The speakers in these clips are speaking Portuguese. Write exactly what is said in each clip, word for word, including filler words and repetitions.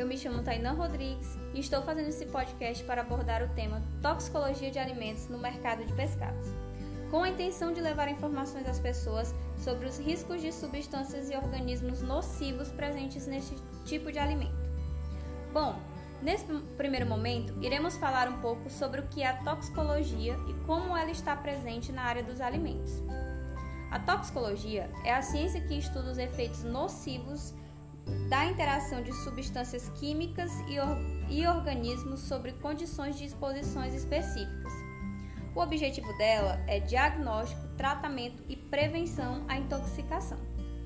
eu me chamo Tainá Rodrigues e estou fazendo esse podcast para abordar o tema toxicologia de alimentos no mercado de pescados, com a intenção de levar informações às pessoas sobre os riscos de substâncias e organismos nocivos presentes neste tipo de alimento. Bom, nesse primeiro momento, iremos falar um pouco sobre o que é a toxicologia e como ela está presente na área dos alimentos. A toxicologia é a ciência que estuda os efeitos nocivos da interação de substâncias químicas e, or- e organismos sobre condições de exposições específicas. O objetivo dela é diagnóstico, tratamento e prevenção à intoxicação.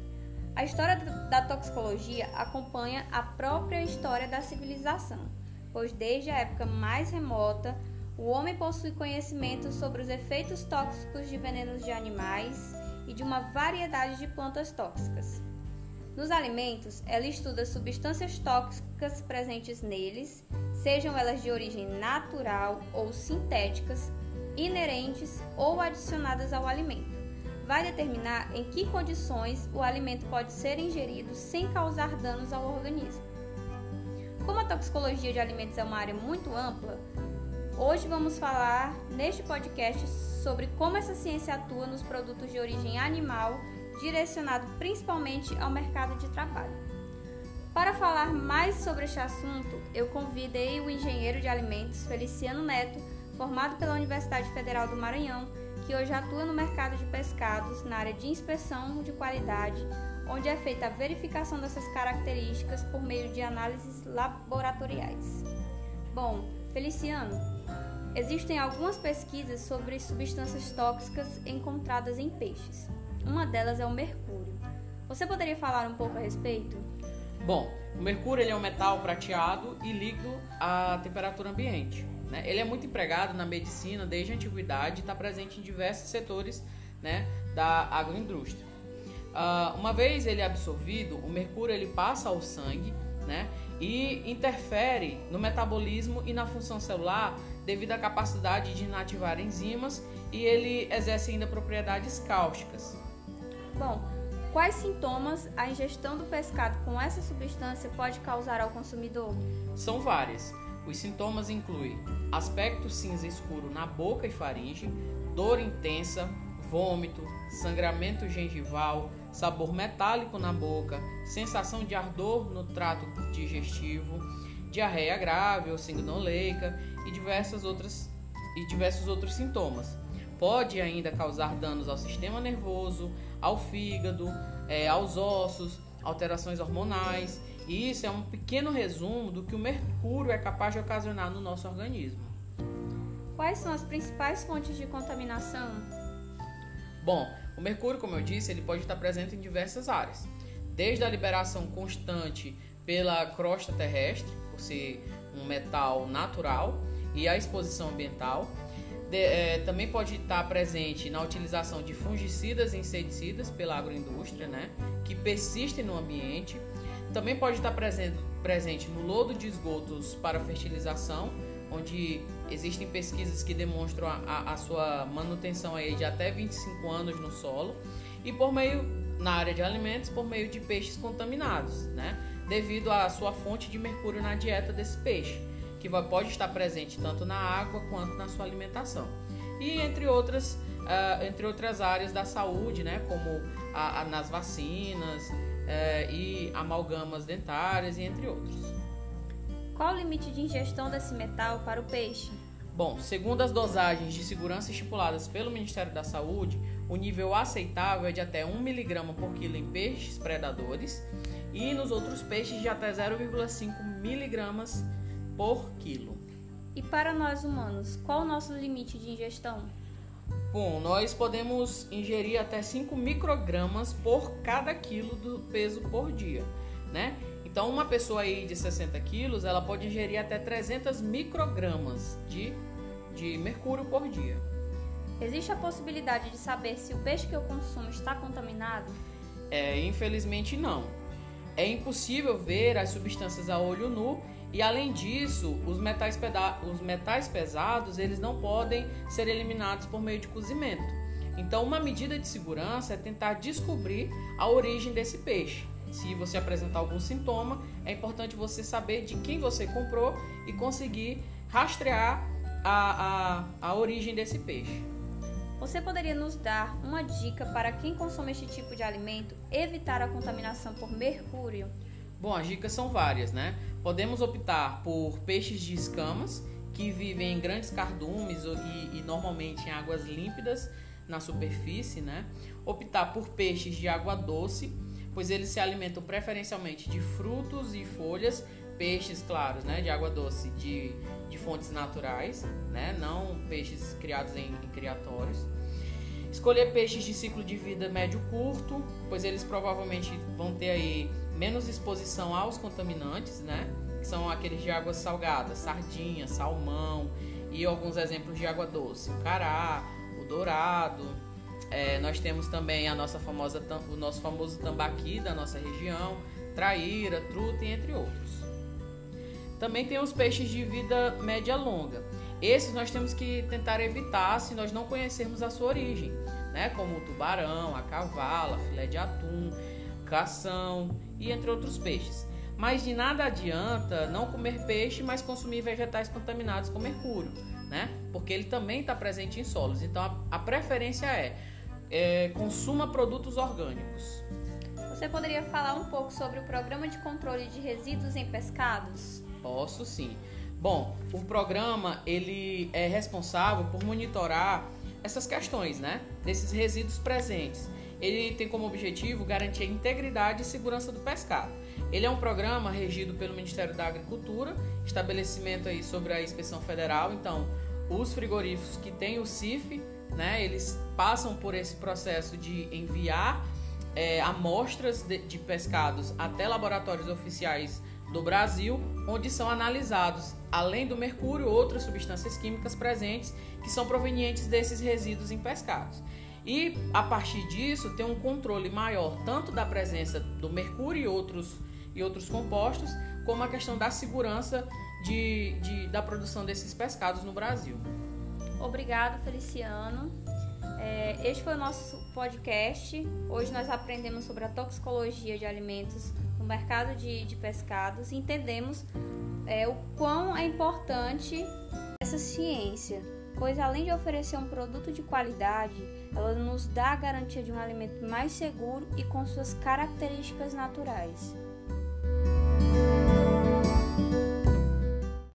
A história da toxicologia acompanha a própria história da civilização, pois desde a época mais remota, o homem possui conhecimento sobre os efeitos tóxicos de venenos de animais e de uma variedade de plantas tóxicas. Nos alimentos, ela estuda substâncias tóxicas presentes neles, sejam elas de origem natural ou sintéticas, inerentes ou adicionadas ao alimento. Vai determinar em que condições o alimento pode ser ingerido sem causar danos ao organismo. Como a toxicologia de alimentos é uma área muito ampla, hoje vamos falar neste podcast sobre como essa ciência atua nos produtos de origem animal, direcionado principalmente ao mercado de trabalho. Para falar mais sobre este assunto, eu convidei o engenheiro de alimentos Feliciano Neto, formado pela Universidade Federal do Maranhão, que hoje atua no mercado de pescados na área de inspeção de qualidade, onde é feita a verificação dessas características por meio de análises laboratoriais. Bom, Feliciano, existem algumas pesquisas sobre substâncias tóxicas encontradas em peixes. Uma delas é o mercúrio. Você poderia falar um pouco a respeito? Bom, o mercúrio ele é um metal prateado e líquido à temperatura ambiente. Né? Ele é muito empregado na medicina desde a antiguidade e está presente em diversos setores, né, da agroindústria. Uh, uma vez ele é absorvido, o mercúrio ele passa ao sangue, né, e interfere no metabolismo e na função celular devido à capacidade de inativar enzimas, e ele exerce ainda propriedades cáusticas. Bom, quais sintomas a ingestão do pescado com essa substância pode causar ao consumidor? São várias. Os sintomas incluem aspecto cinza escuro na boca e faringe, dor intensa, vômito, sangramento gengival, sabor metálico na boca, sensação de ardor no trato digestivo, diarreia grave ou signoleica e, diversas outras, e diversos outros sintomas. Pode ainda causar danos ao sistema nervoso, ao fígado, é, aos ossos, alterações hormonais, e isso é um pequeno resumo do que o mercúrio é capaz de ocasionar no nosso organismo. Quais são as principais fontes de contaminação? Bom, o mercúrio, como eu disse, ele pode estar presente em diversas áreas, desde a liberação constante pela crosta terrestre, por ser um metal natural, e a exposição ambiental. De, é, também pode estar presente na utilização de fungicidas e inseticidas pela agroindústria, né, que persistem no ambiente. Também pode estar presente, presente no lodo de esgotos para fertilização, onde existem pesquisas que demonstram a, a, a sua manutenção aí de até vinte e cinco anos no solo, e por meio, na área de alimentos, por meio de peixes contaminados, né, devido à sua fonte de mercúrio na dieta desse peixe, que vai, pode estar presente tanto na água quanto na sua alimentação. E entre outras, uh, entre outras áreas da saúde, né, como a, a, nas vacinas uh, e amalgamas dentárias, e entre outros. Qual o limite de ingestão desse metal para o peixe? Bom, segundo as dosagens de segurança estipuladas pelo Ministério da Saúde, o nível aceitável é de até um miligrama por quilo em peixes predadores e nos outros peixes de até zero vírgula cinco miligramas por quilo. E para nós humanos, qual o nosso limite de ingestão? Bom, nós podemos ingerir até cinco microgramas por cada quilo do peso por dia, né? Então, uma pessoa aí de sessenta quilos, ela pode ingerir até trezentos microgramas de, de mercúrio por dia. Existe a possibilidade de saber se o peixe que eu consumo está contaminado? É, infelizmente não. É impossível ver as substâncias a olho nu e, além disso, os metais, peda- os metais pesados eles não podem ser eliminados por meio de cozimento. Então, uma medida de segurança é tentar descobrir a origem desse peixe, Se você apresentar algum sintoma, é importante você saber de quem você comprou e conseguir rastrear a, a, a origem desse peixe. Você poderia nos dar uma dica para quem consome este tipo de alimento evitar a contaminação por mercúrio? Bom, as dicas são várias, né? Podemos optar por peixes de escamas, que vivem em grandes cardumes e, e normalmente em águas límpidas na superfície, né? Optar por peixes de água doce, pois eles se alimentam preferencialmente de frutos e folhas, peixes claros, né? De água doce, de, de fontes naturais, né? Não peixes criados em, em criatórios. Escolher peixes de ciclo de vida médio-curto, pois eles provavelmente vão ter aí menos exposição aos contaminantes, né? Que são aqueles de águas salgadas, sardinha, salmão e alguns exemplos de água doce, o cará, o dourado. É, nós temos também a nossa famosa, o nosso famoso tambaqui da nossa região, traíra, truta e entre outros. Também tem os peixes de vida média-longa. Esses nós temos que tentar evitar se nós não conhecermos a sua origem, né? Como o tubarão, a cavala, filé de atum, cação e entre outros peixes. Mas de nada adianta não comer peixe, mas consumir vegetais contaminados com mercúrio, né? Porque ele também está presente em solos. Então a, a preferência é, é consuma produtos orgânicos. Você poderia falar um pouco sobre o Programa de Controle de Resíduos em Pescados? Posso sim. Bom, o programa ele é responsável por monitorar essas questões, né? Desses resíduos presentes. Ele tem como objetivo garantir a integridade e segurança do pescado. Ele é um programa regido pelo Ministério da Agricultura, estabelecimento aí sobre a inspeção federal. Então, os frigoríficos que têm o C I F, né, eles passam por esse processo de enviar é, amostras de, de pescados até laboratórios oficiais do Brasil, onde são analisados, além do mercúrio, outras substâncias químicas presentes que são provenientes desses resíduos em pescados. E, a partir disso, tem um controle maior tanto da presença do mercúrio e outros, e outros compostos, como a questão da segurança de, de, da produção desses pescados no Brasil. Obrigado, Feliciano. É, este foi o nosso podcast. Hoje nós aprendemos sobre a toxicologia de alimentos no mercado de, de pescados e entendemos é, o quão é importante essa ciência, pois além de oferecer um produto de qualidade, ela nos dá a garantia de um alimento mais seguro e com suas características naturais.